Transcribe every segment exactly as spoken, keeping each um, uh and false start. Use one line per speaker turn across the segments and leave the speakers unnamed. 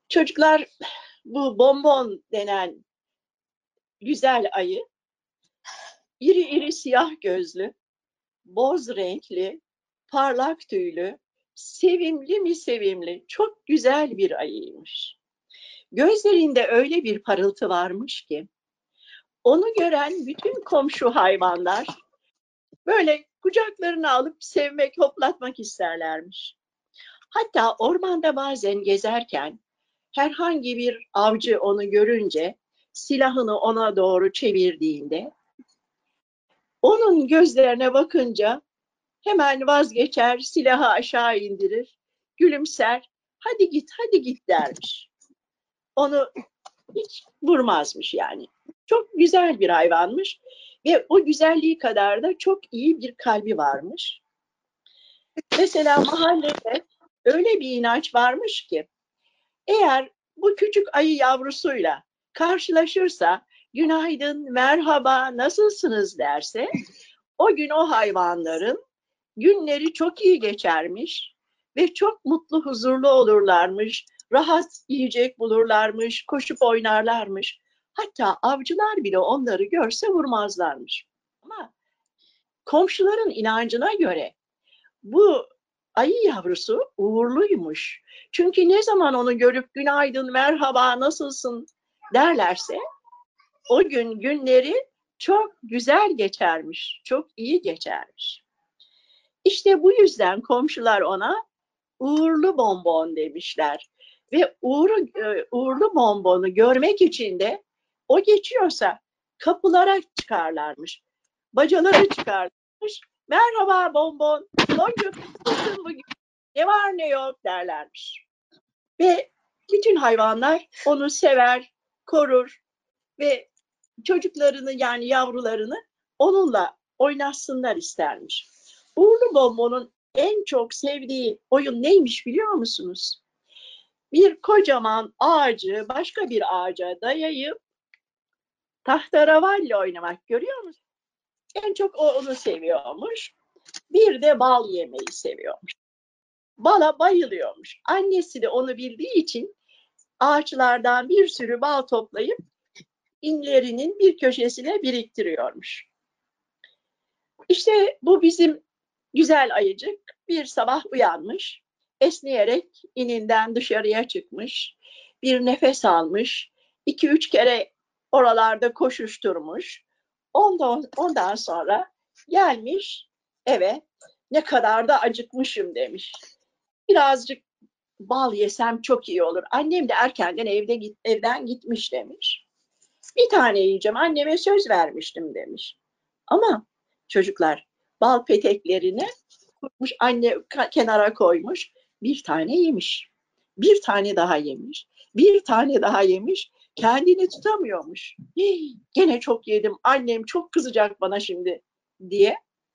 Çocuklar, bu bonbon denen güzel ayı, iri iri siyah gözlü, boz renkli, parlak tüylü, sevimli mi sevimli, çok güzel bir ayıymış. Gözlerinde öyle bir parıltı varmış ki, onu gören bütün komşu hayvanlar böyle kucaklarına alıp sevmek, hoplatmak isterlermiş. Hatta ormanda bazen gezerken herhangi bir avcı onu görünce silahını ona doğru çevirdiğinde onun gözlerine bakınca hemen vazgeçer, silahı aşağı indirir, gülümser, hadi git, hadi git dermiş. Onu hiç vurmazmış yani. Çok güzel bir hayvanmış ve o güzelliği kadar da çok iyi bir kalbi varmış. Mesela mahallede öyle bir inanç varmış ki, eğer bu küçük ayı yavrusuyla karşılaşırsa, günaydın, merhaba, nasılsınız derse, o gün o hayvanların günleri çok iyi geçermiş ve çok mutlu, huzurlu olurlarmış, rahat yiyecek bulurlarmış, koşup oynarlarmış. Hatta avcılar bile onları görse vurmazlarmış. Ama komşuların inancına göre bu ayı yavrusu uğurluymuş. Çünkü ne zaman onu görüp günaydın, merhaba, nasılsın derlerse o gün günleri çok güzel geçermiş, çok iyi geçermiş. İşte bu yüzden komşular ona uğurlu bonbon demişler. Ve uğurlu, uğurlu bonbonu görmek için de o geçiyorsa kapılara çıkarlarmış. Bacaları çıkarlarmış. Merhaba bonbon, boncuk, nasılsın bugün? Ne var ne yok derlermiş. Ve bütün hayvanlar onu sever, korur ve çocuklarını yani yavrularını onunla oynatsınlar istermiş. Uğurlu Bonbon'un en çok sevdiği oyun neymiş biliyor musunuz? Bir kocaman ağacı başka bir ağaca dayayıp tahterevalli oynamak, görüyor musunuz? En çok o onu seviyormuş. Bir de bal yemeyi seviyormuş. Bala bayılıyormuş. Annesi de onu bildiği için ağaçlardan bir sürü bal toplayıp inlerinin bir köşesine biriktiriyormuş. İşte bu bizim güzel ayıcık bir sabah uyanmış, esneyerek ininden dışarıya çıkmış, bir nefes almış, iki üç kere oralarda koşuşturmuş. Ondan, ondan sonra gelmiş eve, ne kadar da acıkmışım demiş. Birazcık bal yesem çok iyi olur. Annem de erkenden evde evden gitmiş demiş. Bir tane yiyeceğim, anneme söz vermiştim demiş. Ama çocuklar bal peteklerini kurmuş, anne kenara koymuş, bir tane yemiş. Bir tane daha yemiş. Bir tane daha yemiş. Kendini tutamıyormuş. Hii, gene çok yedim. Annem çok kızacak bana şimdi diye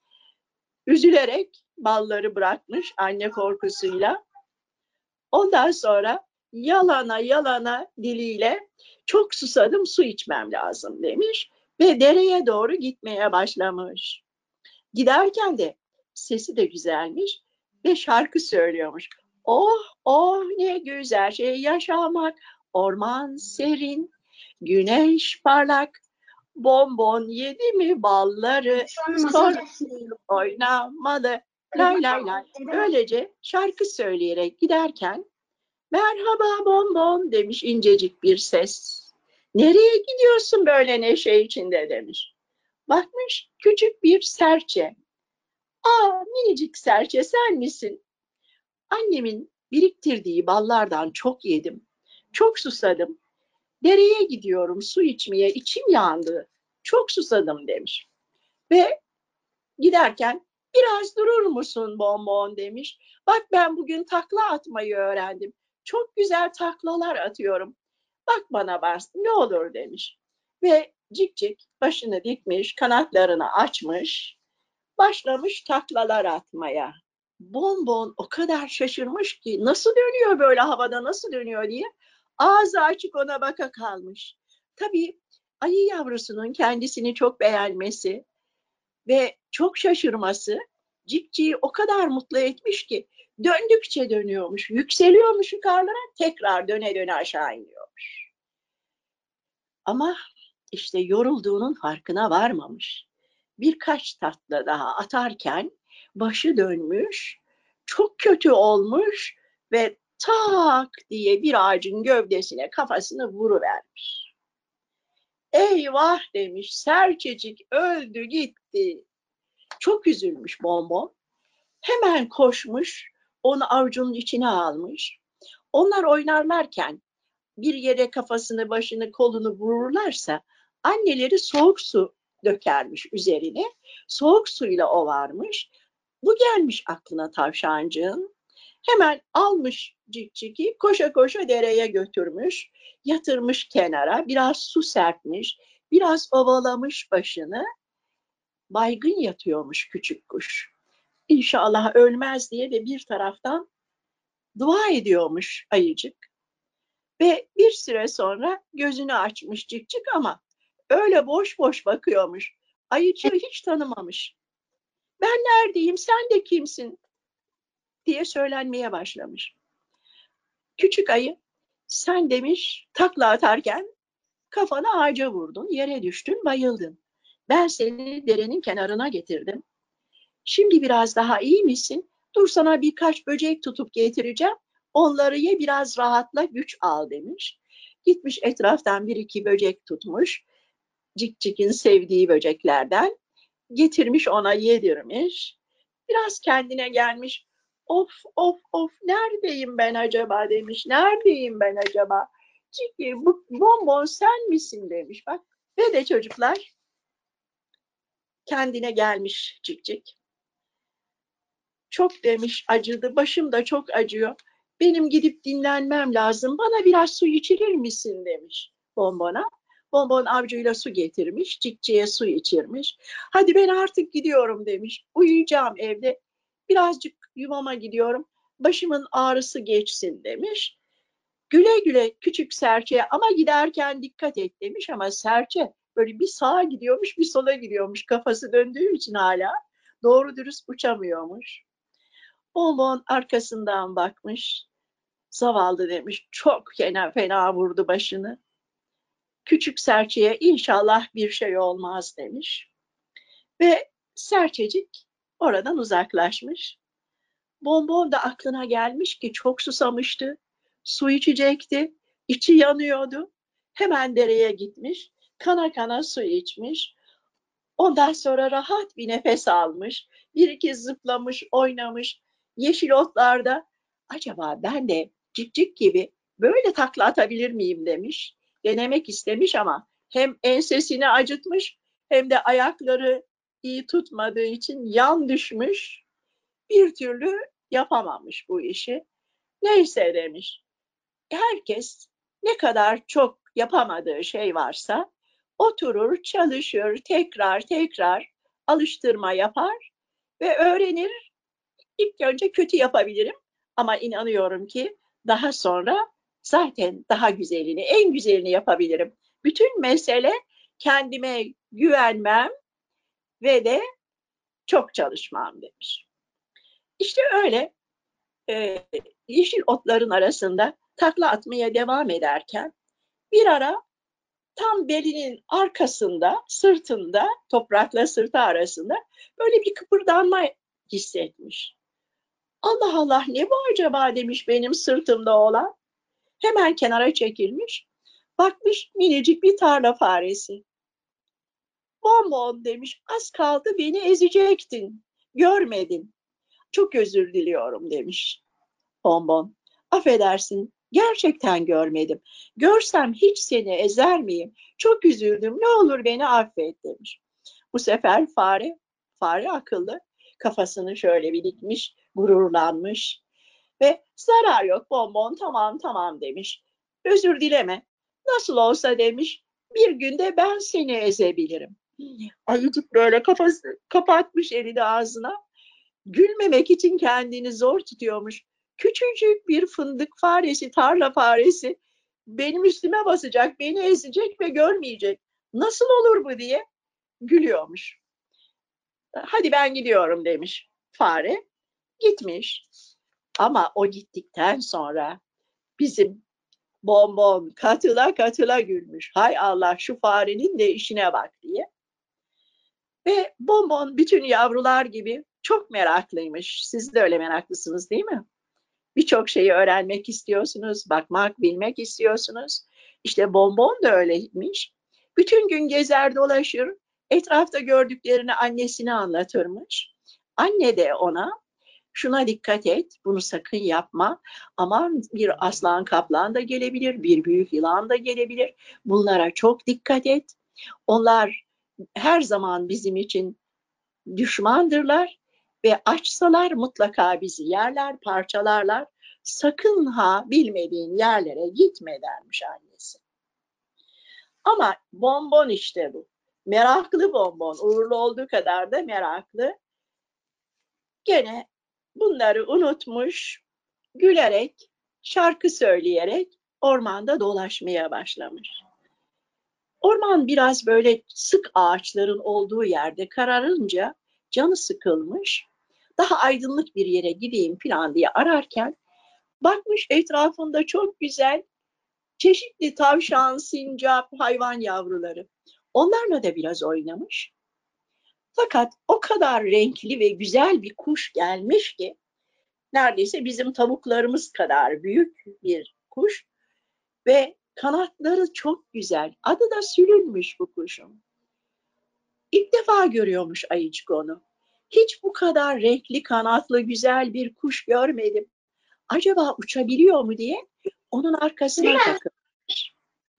üzülerek balları bırakmış anne korkusuyla. Ondan sonra yalana yalana diliyle çok susadım, su içmem lazım demiş ve dereye doğru gitmeye başlamış. Giderken de sesi de güzelmiş ve şarkı söylüyormuş. Oh oh ne güzel şey yaşamak, orman serin, güneş parlak, bonbon yedi mi balları, sonra oynamalı, lay lay lay. Böylece şarkı söyleyerek giderken merhaba bonbon demiş incecik bir ses. Nereye gidiyorsun böyle neşe içinde demiş. Bakmış küçük bir serçe. Aa minicik serçe sen misin? Annemin biriktirdiği ballardan çok yedim. Çok susadım. Dereye gidiyorum su içmeye, içim yandı. Çok susadım demiş. Ve giderken biraz durur musun bonbon demiş. Bak ben bugün takla atmayı öğrendim. Çok güzel taklalar atıyorum. Bak bana bas ne olur demiş. Ve cik cik başını dikmiş, kanatlarını açmış, başlamış taklalar atmaya. Bonbon o kadar şaşırmış ki nasıl dönüyor böyle havada, nasıl dönüyor diye ağzı açık ona baka kalmış. Tabii ayı yavrusunun kendisini çok beğenmesi ve çok şaşırması Cikci'yi o kadar mutlu etmiş ki Döndükçe dönüyormuş, yükseliyormuş yukarılara, tekrar döne döne aşağı iniyormuş. Ama işte yorulduğunun farkına varmamış. Birkaç tatlı daha atarken başı dönmüş, çok kötü olmuş ve tak diye bir ağacın gövdesine kafasını vuruvermiş. Eyvah demiş, serçecik öldü gitti. Çok üzülmüş Bonbon. Hemen koşmuş, onu avucunun içine almış. Onlar oynarlarken bir yere kafasını, başını, kolunu vururlarsa anneleri soğuk su dökermiş üzerine. Soğuk suyla ovarmış. Bu gelmiş aklına tavşancığın. Hemen almış Cikcik'i, koşa koşa dereye götürmüş. Yatırmış kenara, biraz su serpmiş, biraz ovalamış başını. Baygın yatıyormuş küçük kuş. İnşallah ölmez diye de bir taraftan dua ediyormuş ayıcık. Ve bir süre sonra gözünü açmış Cikcik ama öyle boş boş bakıyormuş. Ayıcığı hiç tanımamış. Ben neredeyim, sen de kimsin diye söylenmeye başlamış. Küçük ayı, sen demiş takla atarken kafanı ağaca vurdun, yere düştün, bayıldın. Ben seni derenin kenarına getirdim. Şimdi biraz daha iyi misin? Dur sana birkaç böcek tutup getireceğim. Onları ye, biraz rahatla, güç al demiş. Gitmiş etraftan bir iki böcek tutmuş. Cikcik'in sevdiği böceklerden. Getirmiş ona yedirmiş. Biraz kendine gelmiş. Of of of, neredeyim ben acaba demiş. Neredeyim ben acaba? Ciki, bu Bonbon sen misin demiş. Bak ve de çocuklar, kendine gelmiş Cikcik. Çok demiş acıdı, başım da çok acıyor. Benim gidip dinlenmem lazım. Bana biraz su içirir misin demiş Bonbon'a. Bonbon avcuyla su getirmiş, Cikcik'e su içirmiş. Hadi ben artık gidiyorum demiş. Uyuyacağım evde. Birazcık yuvama gidiyorum. Başımın ağrısı geçsin demiş. Güle güle küçük serçe, ama giderken dikkat et demiş, ama serçe böyle bir sağa gidiyormuş bir sola gidiyormuş, kafası döndüğü için hala doğru dürüst uçamıyormuş. Bonbon arkasından bakmış. Zavallı demiş. Çok fena fena vurdu başını. Küçük serçeye inşallah bir şey olmaz demiş. Ve serçecik oradan uzaklaşmış. Bonbon da aklına gelmiş ki çok susamıştı. Su içecekti. İçi yanıyordu. Hemen dereye gitmiş. Kana kana su içmiş. Ondan sonra rahat bir nefes almış. Bir iki zıplamış, oynamış. Yeşil otlarda acaba ben de Cikcik gibi böyle takla atabilir miyim demiş. Denemek istemiş ama hem ensesini acıtmış hem de ayakları iyi tutmadığı için yan düşmüş. Bir türlü yapamamış bu işi. Neyse demiş. Herkes ne kadar çok yapamadığı şey varsa oturur, çalışır, tekrar tekrar alıştırma yapar ve öğrenir. İlk önce kötü yapabilirim ama inanıyorum ki daha sonra zaten daha güzelini, en güzelini yapabilirim. Bütün mesele kendime güvenmem ve de çok çalışmam demiş. İşte öyle e, yeşil otların arasında takla atmaya devam ederken bir ara tam belinin arkasında, sırtında, toprakla sırtı arasında böyle bir kıpırdanma hissetmiş. Allah Allah, ne bu acaba demiş benim sırtımda olan. Hemen kenara çekilmiş. Bakmış minicik bir tarla faresi. Bonbon demiş, az kaldı beni ezecektin. Görmedin. Çok özür diliyorum demiş Bonbon. Affedersin, gerçekten görmedim. Görsem hiç seni ezer miyim? Çok üzüldüm, ne olur beni affet demiş. Bu sefer fare, fare akıllı, kafasını şöyle bir dikmiş, gururlanmış ve zarar yok Bonbon, tamam tamam demiş. Özür dileme, nasıl olsa demiş, bir günde ben seni ezebilirim. Ayıcık böyle kafası kapatmış elini ağzına. Gülmemek için kendini zor tutuyormuş. Küçücük bir fındık faresi, tarla faresi benim üstüme basacak, beni ezecek ve görmeyecek. Nasıl olur bu diye gülüyormuş. Hadi ben gidiyorum demiş fare. Gitmiş. Ama o gittikten sonra bizim Bonbon katıla katıla gülmüş. Hay Allah, şu farenin de işine bak diye. Ve Bonbon bütün yavrular gibi çok meraklıymış. Siz de öyle meraklısınız değil mi? Birçok şeyi öğrenmek istiyorsunuz, bakmak, bilmek istiyorsunuz. İşte Bonbon da öyleymiş. Bütün gün gezer dolaşır, etrafta gördüklerini annesine anlatırmış. Anne de ona şuna dikkat et, bunu sakın yapma. Aman, bir aslan kaplan da gelebilir, bir büyük yılan da gelebilir. Bunlara çok dikkat et. Onlar her zaman bizim için düşmandırlar ve açsalar mutlaka bizi yerler, parçalarlar. Sakın ha bilmediğin yerlere gitme dermiş annesi. Ama Bonbon işte bu. Meraklı Bonbon, uğurlu olduğu kadar da meraklı. Gene bunları unutmuş, gülerek, şarkı söyleyerek ormanda dolaşmaya başlamış. Orman biraz böyle sık ağaçların olduğu yerde kararınca canı sıkılmış. Daha aydınlık bir yere gideyim falan diye ararken bakmış etrafında çok güzel çeşitli tavşan, sincap, hayvan yavruları. Onlarla da biraz oynamış. Fakat o kadar renkli ve güzel bir kuş gelmiş ki, neredeyse bizim tavuklarımız kadar büyük bir kuş ve kanatları çok güzel. Adı da Sülünmüş bu kuşun. İlk defa görüyormuş ayıcık onu. Hiç bu kadar renkli, kanatlı, güzel bir kuş görmedim. Acaba uçabiliyor mu diye onun arkasına takılmış.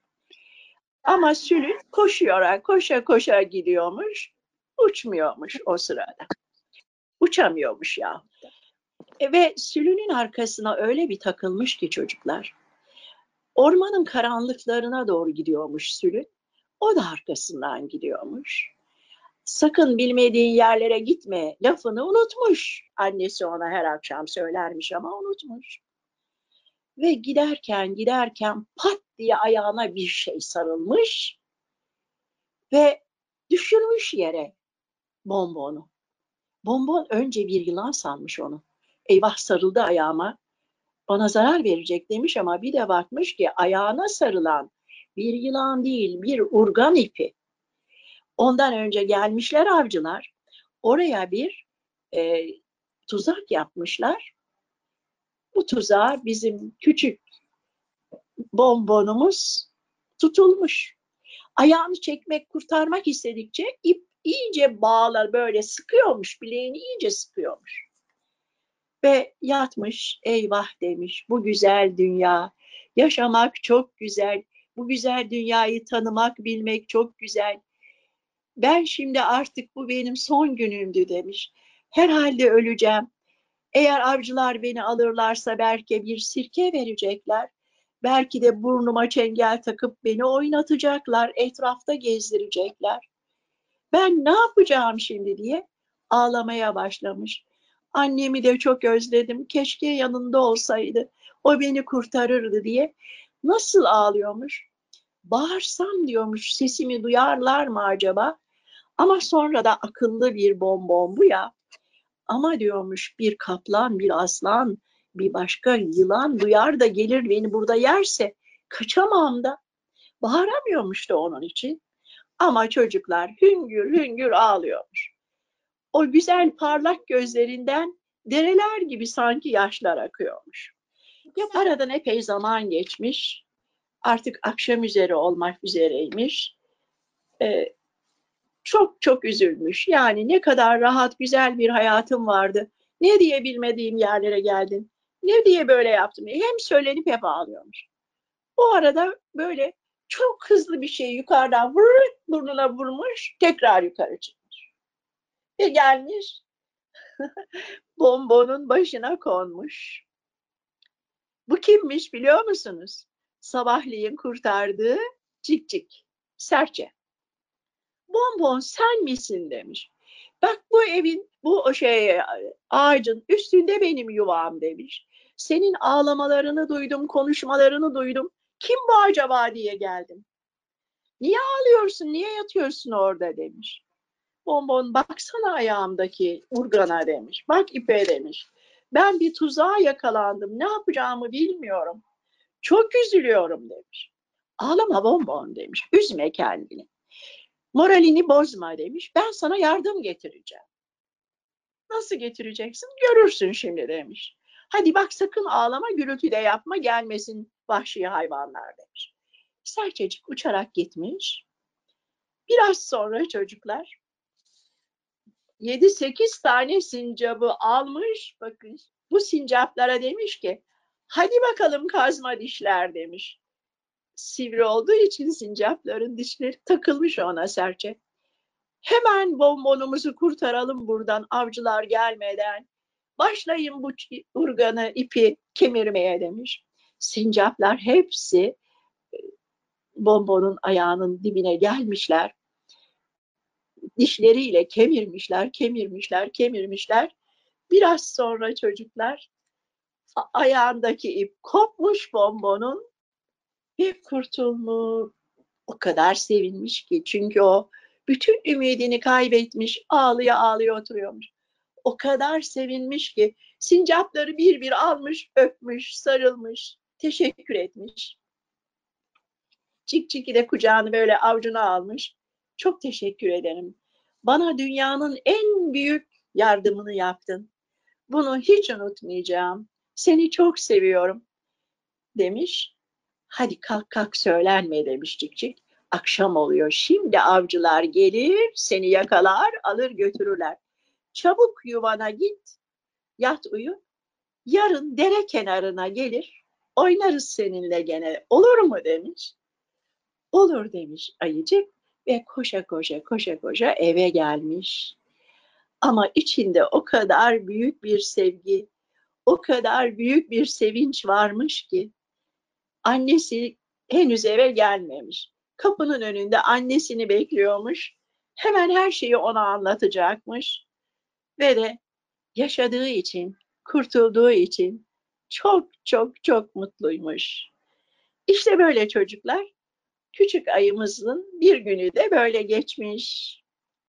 Ama Sülün koşuyor, koşa koşa gidiyormuş. Uçmuyormuş o sırada. Uçamıyormuş ya. E ve Sülünün arkasına öyle bir takılmış ki çocuklar. Ormanın karanlıklarına doğru gidiyormuş Sülün. O da arkasından gidiyormuş. Sakın bilmediğin yerlere gitme lafını unutmuş. Annesi ona her akşam söylermiş ama unutmuş. Ve giderken giderken pat diye ayağına bir şey sarılmış ve düşürmüş yere Bonbon'u. Bonbon önce bir yılan sanmış onu. Eyvah, sarıldı ayağıma, bana zarar verecek demiş ama bir de bakmış ki ayağına sarılan bir yılan değil, bir urgan ipi. Ondan önce gelmişler avcılar. Oraya bir e, tuzak yapmışlar. Bu tuzağa bizim küçük Bonbonumuz tutulmuş. Ayağını çekmek, kurtarmak istedikçe ip iyice bağlar, böyle sıkıyormuş, bileğini iyice sıkıyormuş. Ve yatmış, eyvah demiş, bu güzel dünya, yaşamak çok güzel, bu güzel dünyayı tanımak, bilmek çok güzel. Ben şimdi artık bu benim son günümdü demiş. Herhalde öleceğim. Eğer avcılar beni alırlarsa belki bir sirke verecekler. Belki de burnuma çengel takıp beni oynatacaklar, etrafta gezdirecekler. Ben ne yapacağım şimdi diye ağlamaya başlamış. Annemi de çok özledim, keşke yanında olsaydı, o beni kurtarırdı diye. Nasıl ağlıyormuş? Bağırsam diyormuş, sesimi duyarlar mı acaba? Ama sonra da akıllı bir Bonbon bu ya. Ama diyormuş, bir kaplan, bir aslan, bir başka yılan duyar da gelir beni burada yerse kaçamam da. Bağıramıyormuş da onun için. Ama çocuklar hüngür hüngür ağlıyormuş. O güzel parlak gözlerinden dereler gibi sanki yaşlar akıyormuş. Ya aradan epey zaman geçmiş. Artık akşam üzeri olmak üzereymiş. Ee, Çok çok üzülmüş. Yani ne kadar rahat, güzel bir hayatım vardı. Ne diye bilmediğim yerlere geldim. Ne diye böyle yaptım. Hem söylenip hep ağlıyormuş. O arada böyle çok hızlı bir şey yukarıdan vır, burnuna vurmuş. Tekrar yukarı çıkmış. Ve gelmiş Bonbon'un başına konmuş. Bu kimmiş biliyor musunuz? Sabahleyin kurtardığı Cik Cik, serçe. Bonbon sen misin demiş. Bak bu evin, bu o şey ağacın üstünde benim yuvam demiş. Senin ağlamalarını duydum, konuşmalarını duydum. Kim bu acaba diye geldim. Niye ağlıyorsun, niye yatıyorsun orada demiş. Bonbon baksana ayağımdaki urgana demiş. Bak ipe demiş. Ben bir tuzağa yakalandım. Ne yapacağımı bilmiyorum. Çok üzülüyorum demiş. Ağlama Bonbon demiş. Üzme kendini. Moralini bozma demiş. Ben sana yardım getireceğim. Nasıl getireceksin? Görürsün şimdi demiş. Hadi bak sakın ağlama, gürültü de yapma, gelmesin vahşi hayvanlar demiş. Serçecik uçarak gitmiş. Biraz sonra çocuklar yedi sekiz tane sincabı almış. Bakın bu sincaplara demiş ki hadi bakalım kazma dişler demiş. Sivri olduğu için sincapların dişleri takılmış ona serçe. Hemen bonbonumuzu kurtaralım buradan avcılar gelmeden. Başlayın bu urganı, ipi kemirmeye demiş. Sincaplar hepsi bonbonun ayağının dibine gelmişler. Dişleriyle kemirmişler, kemirmişler, kemirmişler. Biraz sonra çocuklar ayağındaki ip kopmuş bonbonun ve kurtulmuş. O kadar sevinmiş ki çünkü o bütün ümidini kaybetmiş, ağlıya ağlıya oturuyormuş. O kadar sevinmiş ki sincapları bir bir almış, öpmüş, sarılmış, teşekkür etmiş. Cik de kucağını böyle avucuna almış. Çok teşekkür ederim. Bana dünyanın en büyük yardımını yaptın. Bunu hiç unutmayacağım. Seni çok seviyorum demiş. Hadi kalk kalk söylenme demiş Cik. Akşam oluyor. Şimdi avcılar gelir, seni yakalar, alır götürürler. Çabuk yuvana git, yat uyu. Yarın dere kenarına gelir, oynarız seninle gene. Olur mu demiş. Olur demiş ayıcık ve koşa koşa koşa koşa eve gelmiş. Ama içinde o kadar büyük bir sevgi, o kadar büyük bir sevinç varmış ki annesi henüz eve gelmemiş. Kapının önünde annesini bekliyormuş. Hemen her şeyi ona anlatacakmış. Ve de yaşadığı için, kurtulduğu için çok çok çok mutluymuş. İşte böyle çocuklar. Küçük ayımızın bir günü de böyle geçmiş.